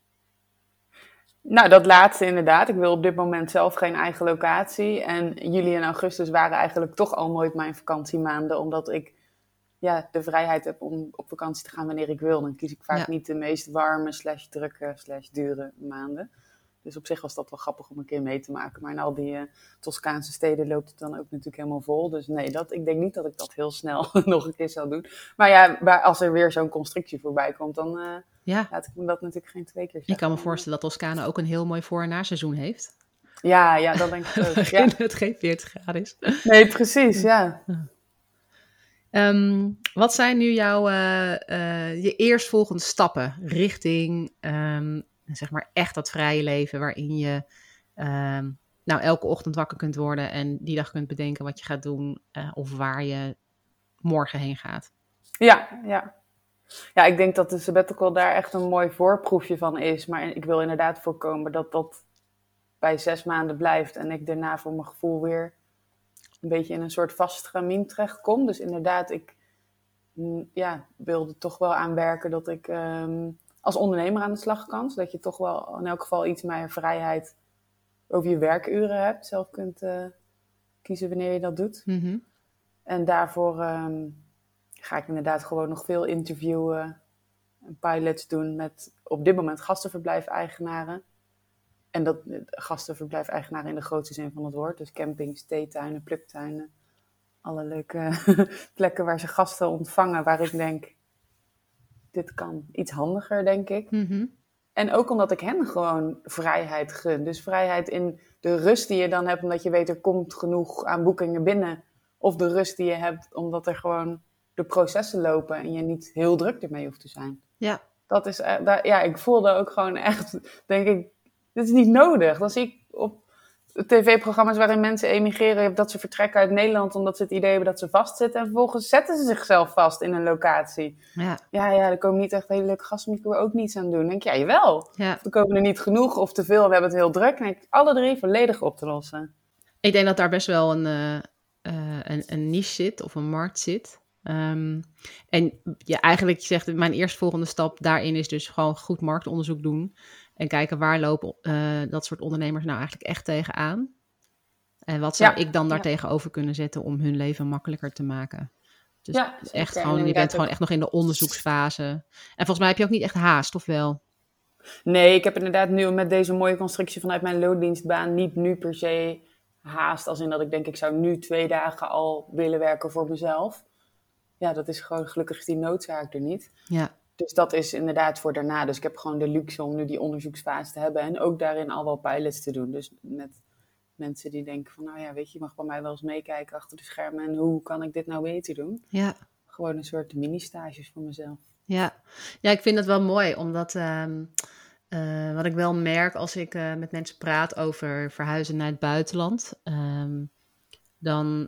Nou, dat laatste inderdaad. Ik wil op dit moment zelf geen eigen locatie. En juli en augustus waren eigenlijk toch al nooit mijn vakantiemaanden. Omdat ik ja, de vrijheid heb om op vakantie te gaan wanneer ik wil. Dan kies ik vaak ja. niet de meest warme, slash drukke, slash dure maanden. Dus op zich was dat wel grappig om een keer mee te maken. Maar in al die uh, Toscaanse steden loopt het dan ook natuurlijk helemaal vol. Dus nee, dat, ik denk niet dat ik dat heel snel nog een keer zou doen. Maar ja, als er weer zo'n constructie voorbij komt, dan uh, ja. laat ik me dat natuurlijk geen twee keer zeggen. Ik kan me voorstellen dat Toscane ook een heel mooi voor- en naseizoen heeft. Ja, ja, dat denk ik ook. Ja. Het geen veertig graden is. Nee, precies, ja. Um, wat zijn nu jouw uh, uh, je eerstvolgende stappen richting... Um, zeg maar echt dat vrije leven waarin je um, nou elke ochtend wakker kunt worden en die dag kunt bedenken wat je gaat doen uh, of waar je morgen heen gaat. Ja, ja. Ja, ik denk dat de sabbatical daar echt een mooi voorproefje van is. Maar ik wil inderdaad voorkomen dat dat bij zes maanden blijft en ik daarna voor mijn gevoel weer een beetje in een soort vast stramien terechtkom. Dus inderdaad, ik ja, wilde toch wel aan werken dat ik... Um, als ondernemer aan de slag kan, zodat je toch wel in elk geval iets meer vrijheid over je werkuren hebt. Zelf kunt uh, kiezen wanneer je dat doet. Mm-hmm. En daarvoor um, ga ik inderdaad gewoon nog veel interviewen en pilots doen met op dit moment gastenverblijf-eigenaren. En dat gastenverblijf-eigenaren in de grootste zin van het woord. Dus campings, theetuinen, pluktuinen. alle leuke plekken waar ze gasten ontvangen, waar ik denk, dit kan iets handiger, denk ik. Mm-hmm. En ook omdat ik hen gewoon vrijheid gun. Dus vrijheid in de rust die je dan hebt, omdat je weet er komt genoeg aan boekingen binnen. Of de rust die je hebt, omdat er gewoon de processen lopen en je niet heel druk ermee hoeft te zijn. Ja. Dat is, uh, dat, ja, ik voelde ook gewoon echt, denk ik, dit is niet nodig. Dan zie ik op tv-programma's waarin mensen emigreren, dat ze vertrekken uit Nederland omdat ze het idee hebben dat ze vastzitten. En vervolgens zetten ze zichzelf vast in een locatie. Ja, ja, ja er komen niet echt hele leuke gasten, maar ik wil er ook niets aan doen. Dan denk ik, ja, jawel. ja. Of er komen er niet genoeg of te veel en we hebben het heel druk. Dan denk ik, alle drie volledig op te lossen. Ik denk dat daar best wel een, uh, uh, een, een niche zit of een markt zit. Um, en ja, eigenlijk je zegt, mijn eerstvolgende stap daarin is dus gewoon goed marktonderzoek doen. En kijken waar lopen uh, dat soort ondernemers nou eigenlijk echt tegenaan. En wat zou ja, ik dan daar ja. tegenover kunnen zetten om hun leven makkelijker te maken. Dus ja, echt gewoon, je bent gewoon echt nog in de onderzoeksfase. En volgens mij heb je ook niet echt haast, of wel? Nee, ik heb inderdaad nu met deze mooie constructie vanuit mijn loondienstbaan niet nu per se haast. Als in dat ik denk, ik zou nu twee dagen al willen werken voor mezelf. Ja, dat is gewoon, gelukkig is die noodzaak er niet. Ja. Dus dat is inderdaad voor daarna. Dus ik heb gewoon de luxe om nu die onderzoeksfase te hebben. En ook daarin al wel pilots te doen. Dus met mensen die denken van, nou ja, weet je, je mag bij mij wel eens meekijken achter de schermen. En hoe kan ik dit nou beter doen? Ja. Gewoon een soort mini-stages voor mezelf. Ja, ja, ik vind dat wel mooi. Omdat um, uh, wat ik wel merk als ik uh, met mensen praat over verhuizen naar het buitenland. Um, dan...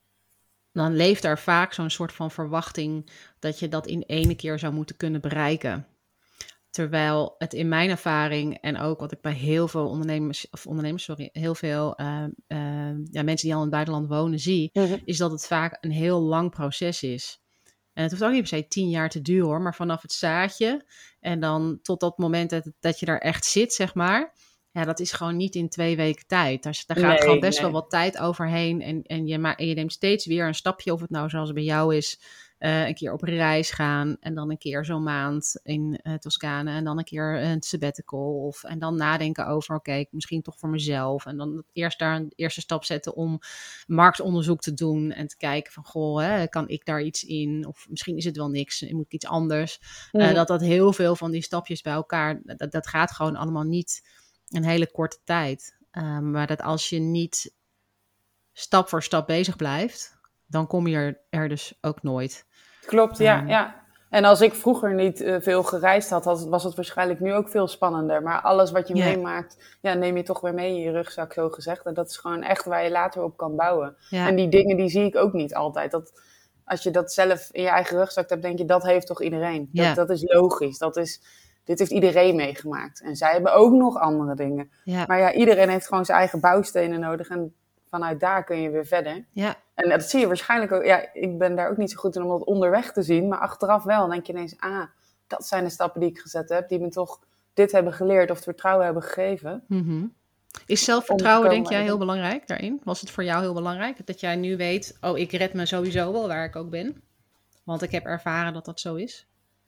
dan leeft daar vaak zo'n soort van verwachting dat je dat in ene keer zou moeten kunnen bereiken. Terwijl het in mijn ervaring en ook wat ik bij heel veel ondernemers, of ondernemers, sorry, heel veel uh, uh, ja, mensen die al in het buitenland wonen zie, mm-hmm. is dat het vaak een heel lang proces is. En het hoeft ook niet per se tien jaar te duren hoor, maar vanaf het zaadje en dan tot dat moment dat, dat je daar echt zit, zeg maar. Ja, dat is gewoon niet in twee weken tijd. Daar, daar gaat nee, gewoon best nee. wel wat tijd overheen. En, en, je ma- en je neemt steeds weer een stapje, of het nou zoals bij jou is, uh, een keer op reis gaan. En dan een keer zo'n maand in uh, Toscane. En dan een keer een sabbatical. Of, en dan nadenken over, oké, okay, misschien toch voor mezelf. En dan eerst daar een eerste stap zetten om marktonderzoek te doen. En te kijken van, goh, hè, kan ik daar iets in? Of misschien is het wel niks, moet ik iets anders? Mm. Uh, dat dat heel veel van die stapjes bij elkaar, dat, dat gaat gewoon allemaal niet een hele korte tijd. Uh, maar dat als je niet stap voor stap bezig blijft, dan kom je er, er dus ook nooit. Klopt, ja, um, ja. En als ik vroeger niet uh, veel gereisd had, had, was het waarschijnlijk nu ook veel spannender. Maar alles wat je yeah. meemaakt, ja, neem je toch weer mee in je rugzak, zo gezegd. En dat is gewoon echt waar je later op kan bouwen. Ja. En die dingen, die zie ik ook niet altijd. Dat, als je dat zelf in je eigen rugzak hebt, denk je, dat heeft toch iedereen? Ja. Dat, dat is logisch, dat is... Dit heeft iedereen meegemaakt. En zij hebben ook nog andere dingen. Ja. Maar ja, iedereen heeft gewoon zijn eigen bouwstenen nodig. En vanuit daar kun je weer verder. Ja. En dat zie je waarschijnlijk ook. Ja, ik ben daar ook niet zo goed in om dat onderweg te zien. Maar achteraf wel. Dan denk je ineens, ah, dat zijn de stappen die ik gezet heb. Die me toch dit hebben geleerd of het vertrouwen hebben gegeven. Mm-hmm. Is zelfvertrouwen, denk jij, heel belangrijk daarin? Was het voor jou heel belangrijk? Dat jij nu weet, oh, ik red me sowieso wel waar ik ook ben. Want ik heb ervaren dat dat zo is.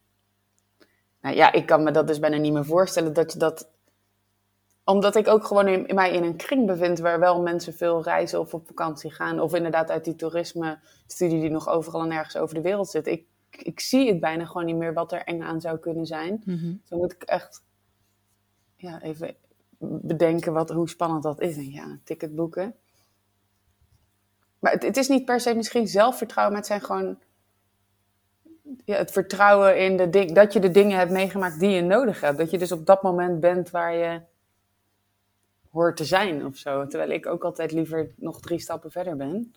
Nou ja, ik kan me dat dus bijna niet meer voorstellen dat je dat... Omdat ik ook gewoon in, in mij in een kring bevind waar wel mensen veel reizen of op vakantie gaan. Of inderdaad uit die toerisme-studie die nog overal en nergens over de wereld zit. Ik, ik zie het bijna gewoon niet meer wat er eng aan zou kunnen zijn. Mm-hmm. Dan moet ik echt ja, even bedenken wat, hoe spannend dat is. En ja, een ticket boeken. Maar het, het is niet per se misschien zelfvertrouwen, maar het zijn gewoon... Ja, het vertrouwen in de ding, dat je de dingen hebt meegemaakt die je nodig hebt. Dat je dus op dat moment bent waar je hoort te zijn of zo. Terwijl ik ook altijd liever nog drie stappen verder ben.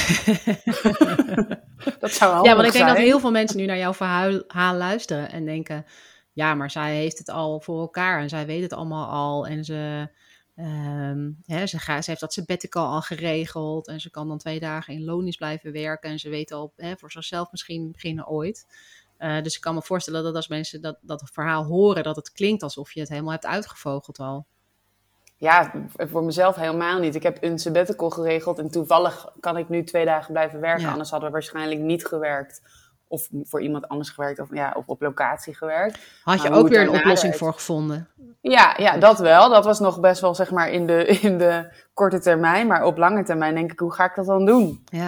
Dat zou handig Ja, want ik denk zijn. dat heel veel mensen nu naar jouw verhaal luisteren en denken... ja, maar zij heeft het al voor elkaar en zij weet het allemaal al. En ze, um, hè, ze, gaat, ze heeft dat sabbatical al geregeld. En ze kan dan twee dagen in loondienst blijven werken. En ze weet al hè, voor zichzelf misschien beginnen ooit. Uh, dus ik kan me voorstellen dat als mensen dat, dat verhaal horen... dat het klinkt alsof je het helemaal hebt uitgevogeld al. Ja, voor mezelf helemaal niet. Ik heb een sabbatical geregeld en toevallig kan ik nu twee dagen blijven werken. Ja. Anders hadden we waarschijnlijk niet gewerkt. Of voor iemand anders gewerkt of, ja, of op locatie gewerkt. Had je maar ook weer een oplossing voor gevonden? Ja, ja, dat wel. Dat was nog best wel zeg maar in de, in de korte termijn. Maar op lange termijn denk ik, hoe ga ik dat dan doen? Ja.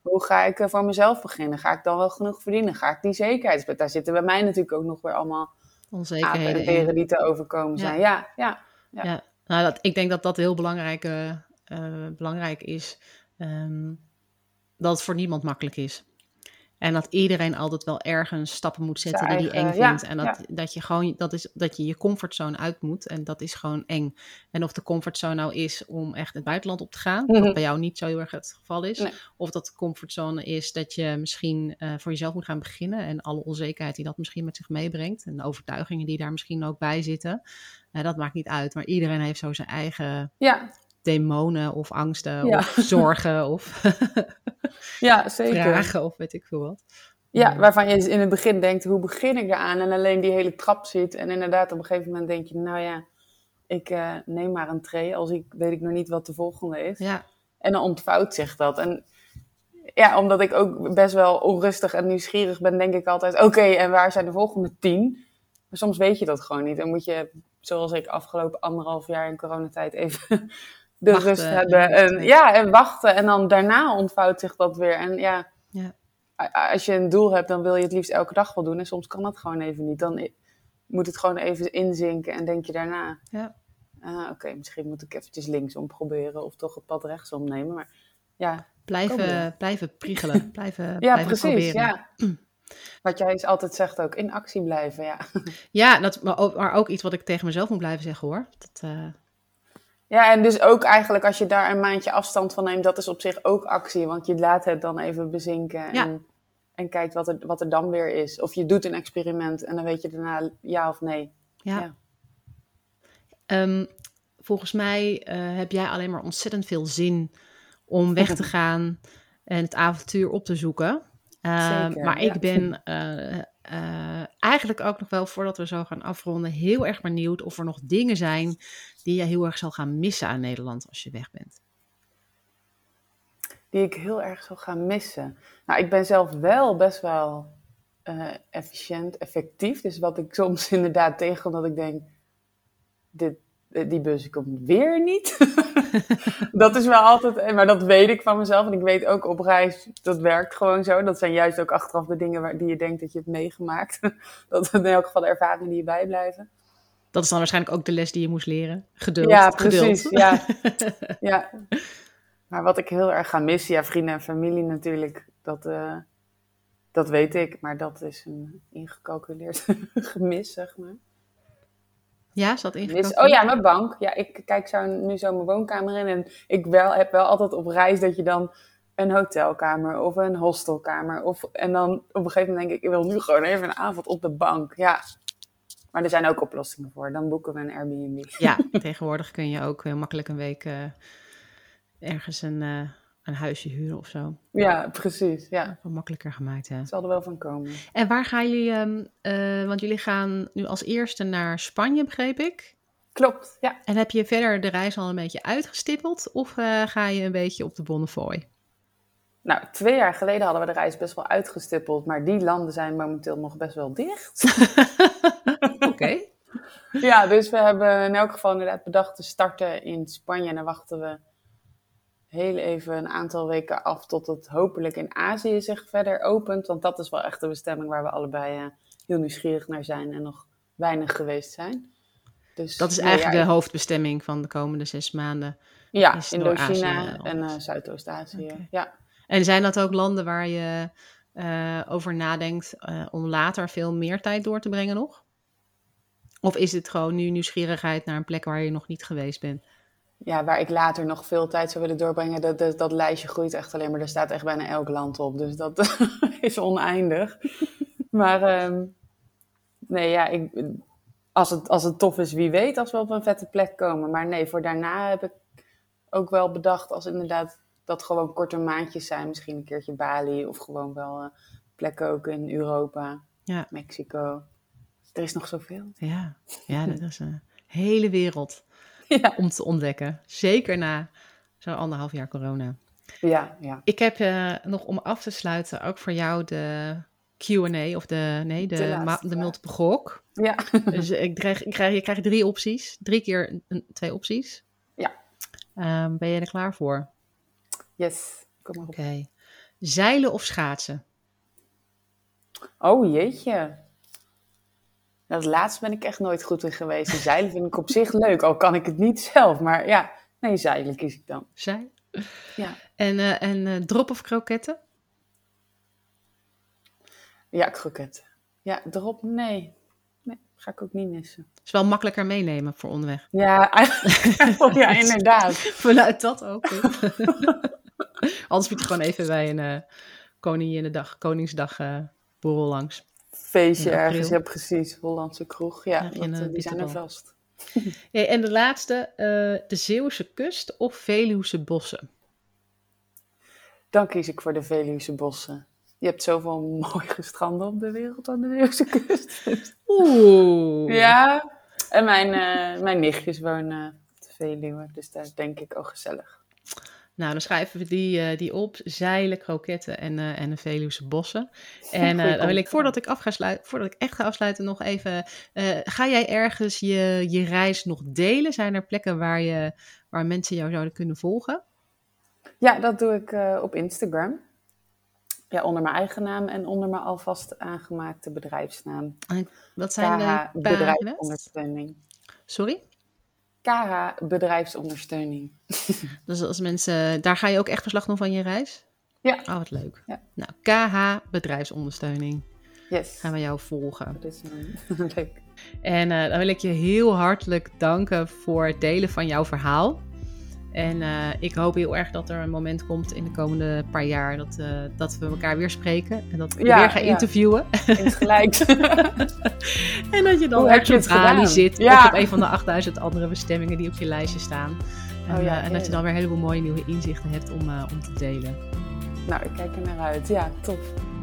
hoe ga ik uh, voor mezelf beginnen? Ga ik dan wel genoeg verdienen? Ga ik die zekerheid? Daar zitten bij mij natuurlijk ook nog weer allemaal onzekerheden apen en beren die te overkomen zijn. Ja, ja. ja. ja. Nou, dat, ik denk dat dat heel belangrijk, uh, uh, belangrijk is. Um, dat het voor niemand makkelijk is. En dat iedereen altijd wel ergens stappen moet zetten Zijn die hij eng vindt. Ja, en dat, ja. dat je gewoon dat is dat je je comfortzone uit moet. En dat is gewoon eng. En of de comfortzone nou is om echt het buitenland op te gaan. Mm-hmm. Wat bij jou niet zo heel erg het geval is. Nee. Of dat de comfortzone is dat je misschien uh, voor jezelf moet gaan beginnen. En alle onzekerheid die dat misschien met zich meebrengt. En de overtuigingen die daar misschien ook bij zitten. Uh, dat maakt niet uit. Maar iedereen heeft zo zijn eigen... Ja. demonen of angsten ja. of zorgen of ja, zeker. vragen of weet ik veel wat. Ja, waarvan je in het begin denkt, hoe begin ik eraan? En alleen die hele trap zit. En inderdaad, op een gegeven moment denk je, nou ja, ik uh, neem maar een tree. Als ik weet ik nog niet wat de volgende is. Ja. En dan ontvouwt zich dat. En ja, omdat ik ook best wel onrustig en nieuwsgierig ben, denk ik altijd, oké, okay, en waar zijn de volgende tien? Maar soms weet je dat gewoon niet. Dan moet je, zoals ik afgelopen anderhalf jaar in coronatijd even... de wachten, rust hebben. En, ja, en wachten. En dan daarna ontvouwt zich dat weer. En ja, ja, als je een doel hebt, dan wil je het liefst elke dag wel doen. En soms kan dat gewoon even niet. Dan moet het gewoon even inzinken en denk je daarna. Ja. Uh, Oké, okay, misschien moet ik eventjes linksom proberen. Of toch het pad rechtsom nemen. Maar ja. Blijven, blijven priegelen. Blijven, ja, blijven precies. Proberen. Ja. Wat jij altijd zegt ook, in actie blijven. Ja, ja dat, maar, ook, maar ook iets wat ik tegen mezelf moet blijven zeggen hoor. Dat... Uh... Ja, en dus ook eigenlijk als je daar een maandje afstand van neemt, dat is op zich ook actie. Want je laat het dan even bezinken ja. en, en kijkt wat er, wat er dan weer is. Of je doet een experiment en dan weet je daarna ja of nee. Ja. ja. Um, volgens mij uh, heb jij alleen maar ontzettend veel zin om weg te gaan en het avontuur op te zoeken. Uh, Zeker, maar ik ja. ben uh, uh, eigenlijk ook nog wel, voordat we zo gaan afronden, heel erg benieuwd of er nog dingen zijn die je heel erg zal gaan missen aan Nederland als je weg bent. Die ik heel erg zal gaan missen? Nou, ik ben zelf wel best wel uh, efficiënt, effectief. Dus wat ik soms inderdaad tegenkom, dat ik denk, dit, die bus komt weer niet. Dat is wel altijd, maar dat weet ik van mezelf. En ik weet ook op reis, dat werkt gewoon zo. Dat zijn juist ook achteraf de dingen waar, die je denkt dat je hebt meegemaakt. Dat zijn in elk geval de ervaringen die je bijblijven. Dat is dan waarschijnlijk ook de les die je moest leren. Geduld. Ja, precies. Geduld. Ja. ja. Maar wat ik heel erg ga missen, ja, vrienden en familie natuurlijk, dat, uh, dat weet ik. Maar dat is een ingecalculeerd gemis, zeg maar. Ja, is dat ingecalculeerd? Oh ja, mijn bank. Ja, ik kijk zo, nu zo mijn woonkamer in en ik wel, heb wel altijd op reis dat je dan een hotelkamer of een hostelkamer of en dan op een gegeven moment denk ik, ik wil nu gewoon even een avond op de bank. Ja. Maar er zijn ook oplossingen voor. Dan boeken we een Airbnb. Ja, tegenwoordig kun je ook heel makkelijk een week uh, ergens een, uh, een huisje huren of zo. Ja, precies. Ja. Wat makkelijker gemaakt, hè? Het zal er wel van komen. En waar gaan jullie, um, uh, want jullie gaan nu als eerste naar Spanje, begreep ik? Klopt, ja. En heb je verder de reis al een beetje uitgestippeld? Of uh, ga je een beetje op de Bonnefoy? Nou, twee jaar geleden hadden we de reis best wel uitgestippeld. Maar die landen zijn momenteel nog best wel dicht. Oké. Okay. Ja, dus we hebben in elk geval inderdaad bedacht te starten in Spanje. En dan wachten we heel even een aantal weken af tot het hopelijk in Azië zich verder opent. Want dat is wel echt de bestemming waar we allebei uh, heel nieuwsgierig naar zijn en nog weinig geweest zijn. Dus, dat is eigenlijk ja, de hoofdbestemming van de komende zes maanden. Ja, Indochina en uh, Zuidoost-Azië. Okay. Ja. En zijn dat ook landen waar je uh, over nadenkt uh, om later veel meer tijd door te brengen nog? Of is het gewoon nu nieuwsgierigheid naar een plek waar je nog niet geweest bent? Ja, waar ik later nog veel tijd zou willen doorbrengen, dat, dat, dat lijstje groeit echt alleen maar. Er staat echt bijna elk land op, dus dat is oneindig. Maar um, nee, ja, ik, als, het, als het tof is, wie weet, als we op een vette plek komen. Maar nee, voor daarna heb ik ook wel bedacht als inderdaad dat gewoon korte maandjes zijn. Misschien een keertje Bali of gewoon wel uh, plekken ook in Europa, ja. Mexico. Er is nog zoveel. Ja, ja, dat is een hele wereld ja. om te ontdekken. Zeker na zo'n anderhalf jaar corona. Ja, ja. Ik heb uh, nog om af te sluiten ook voor jou de Q en A of de, nee, de, de, ma- de multiple gok. Ja. Dus ik krijg, ik krijg, je krijgt drie opties. Drie keer een, twee opties. Ja. Um, ben je er klaar voor? Yes, kom maar op. Oké. Okay. Zeilen of schaatsen? Oh jeetje. Dat laatste ben ik echt nooit goed in geweest. Zeilen vind ik op zich leuk, al kan ik het niet zelf. Maar ja, nee, zeilen kies ik dan. Zeilen? Ja. En, uh, en uh, drop of kroketten? Ja, kroketten. Ja, drop, nee. Nee, ga ik ook niet missen. Is wel makkelijker meenemen voor onderweg. Ja, eigenlijk, ja, inderdaad. Vanuit dat ook. Anders moet je gewoon even bij een uh, Koninginnedag, Koningsdag uh, borrel langs. Feestje ergens, ja precies. Hollandse kroeg. Ja, ja dat, uh, die zijn er vast. Ja, en de laatste, uh, de Zeeuwse kust of Veluwse bossen? Dan kies ik voor de Veluwse bossen. Je hebt zoveel mooie stranden op de wereld aan de Zeeuwse kust. Oeh. Ja, en mijn, uh, mijn nichtjes wonen op de Veluwe, dus daar denk ik ook gezellig. Nou, dan schrijven we die, uh, die op. Zeilen, kroketten en, uh, en de Veluwse bossen. En uh, dan wil ik, voordat ik, af ga sluiten, voordat ik echt ga afsluiten, nog even... Uh, ga jij ergens je, je reis nog delen? Zijn er plekken waar, je, waar mensen jou zouden kunnen volgen? Ja, dat doe ik uh, op Instagram. Ja, onder mijn eigen naam en onder mijn alvast aangemaakte bedrijfsnaam. En wat zijn K H de bedrijfsondersteuning. Sorry? K H bedrijfsondersteuning. Dus als mensen, daar ga je ook echt verslag doen van je reis? Ja. Oh, wat leuk. Ja. Nou, K H bedrijfsondersteuning. Yes. Gaan we jou volgen. Dat is uh, leuk. En uh, dan wil ik je heel hartelijk danken voor het delen van jouw verhaal. En uh, ik hoop heel erg dat er een moment komt in de komende paar jaar dat, uh, dat we elkaar weer spreken. En dat ik ja, weer ga ja. interviewen. Eens gelijk. En dat je dan Hoe ergens op Bali zit. Ja. Of op een van de achtduizend andere bestemmingen die op je lijstje staan. En, oh, ja, uh, en dat je dan weer een heleboel mooie nieuwe inzichten hebt om, uh, om te delen. Nou, ik kijk er naar uit. Ja, tof.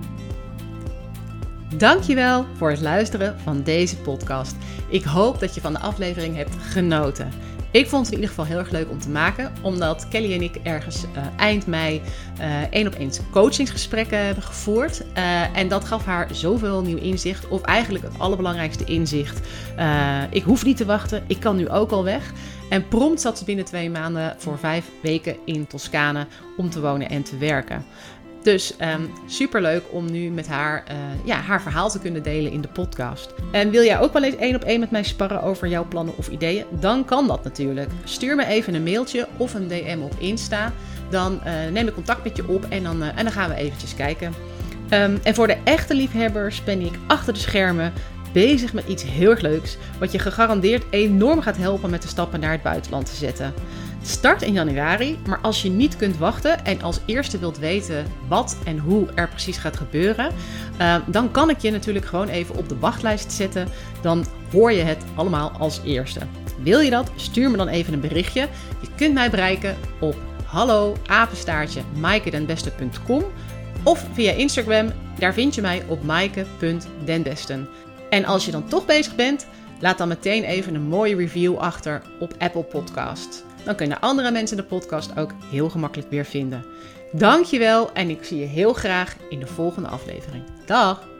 Dankjewel voor het luisteren van deze podcast. Ik hoop dat je van de aflevering hebt genoten. Ik vond het in ieder geval heel erg leuk om te maken, omdat Kelly en ik ergens uh, eind mei uh, één op één coachingsgesprekken hebben gevoerd. Uh, en dat gaf haar zoveel nieuw inzicht, of eigenlijk het allerbelangrijkste inzicht. Uh, ik hoef niet te wachten, ik kan nu ook al weg. En prompt zat ze binnen twee maanden voor vijf weken in Toscane om te wonen en te werken. Dus um, superleuk om nu met haar, uh, ja, haar verhaal te kunnen delen in de podcast. En wil jij ook wel eens één op één met mij sparren over jouw plannen of ideeën? Dan kan dat natuurlijk. Stuur me even een mailtje of een D M op Insta. Dan uh, neem ik contact met je op en dan, uh, en dan gaan we eventjes kijken. Um, en voor de echte liefhebbers ben ik achter de schermen bezig met iets heel erg leuks, wat je gegarandeerd enorm gaat helpen met de stappen naar het buitenland te zetten. Start in januari, maar als je niet kunt wachten en als eerste wilt weten wat en hoe er precies gaat gebeuren, uh, dan kan ik je natuurlijk gewoon even op de wachtlijst zetten. Dan hoor je het allemaal als eerste. Wil je dat? Stuur me dan even een berichtje. Je kunt mij bereiken op hallo apenstaartje maaikedenbeste punt com of via Instagram. Daar vind je mij op maaike punt denbesten. En als je dan toch bezig bent, laat dan meteen even een mooie review achter op Apple Podcasts. Dan kunnen andere mensen de podcast ook heel gemakkelijk weer vinden. Dankjewel en ik zie je heel graag in de volgende aflevering. Dag!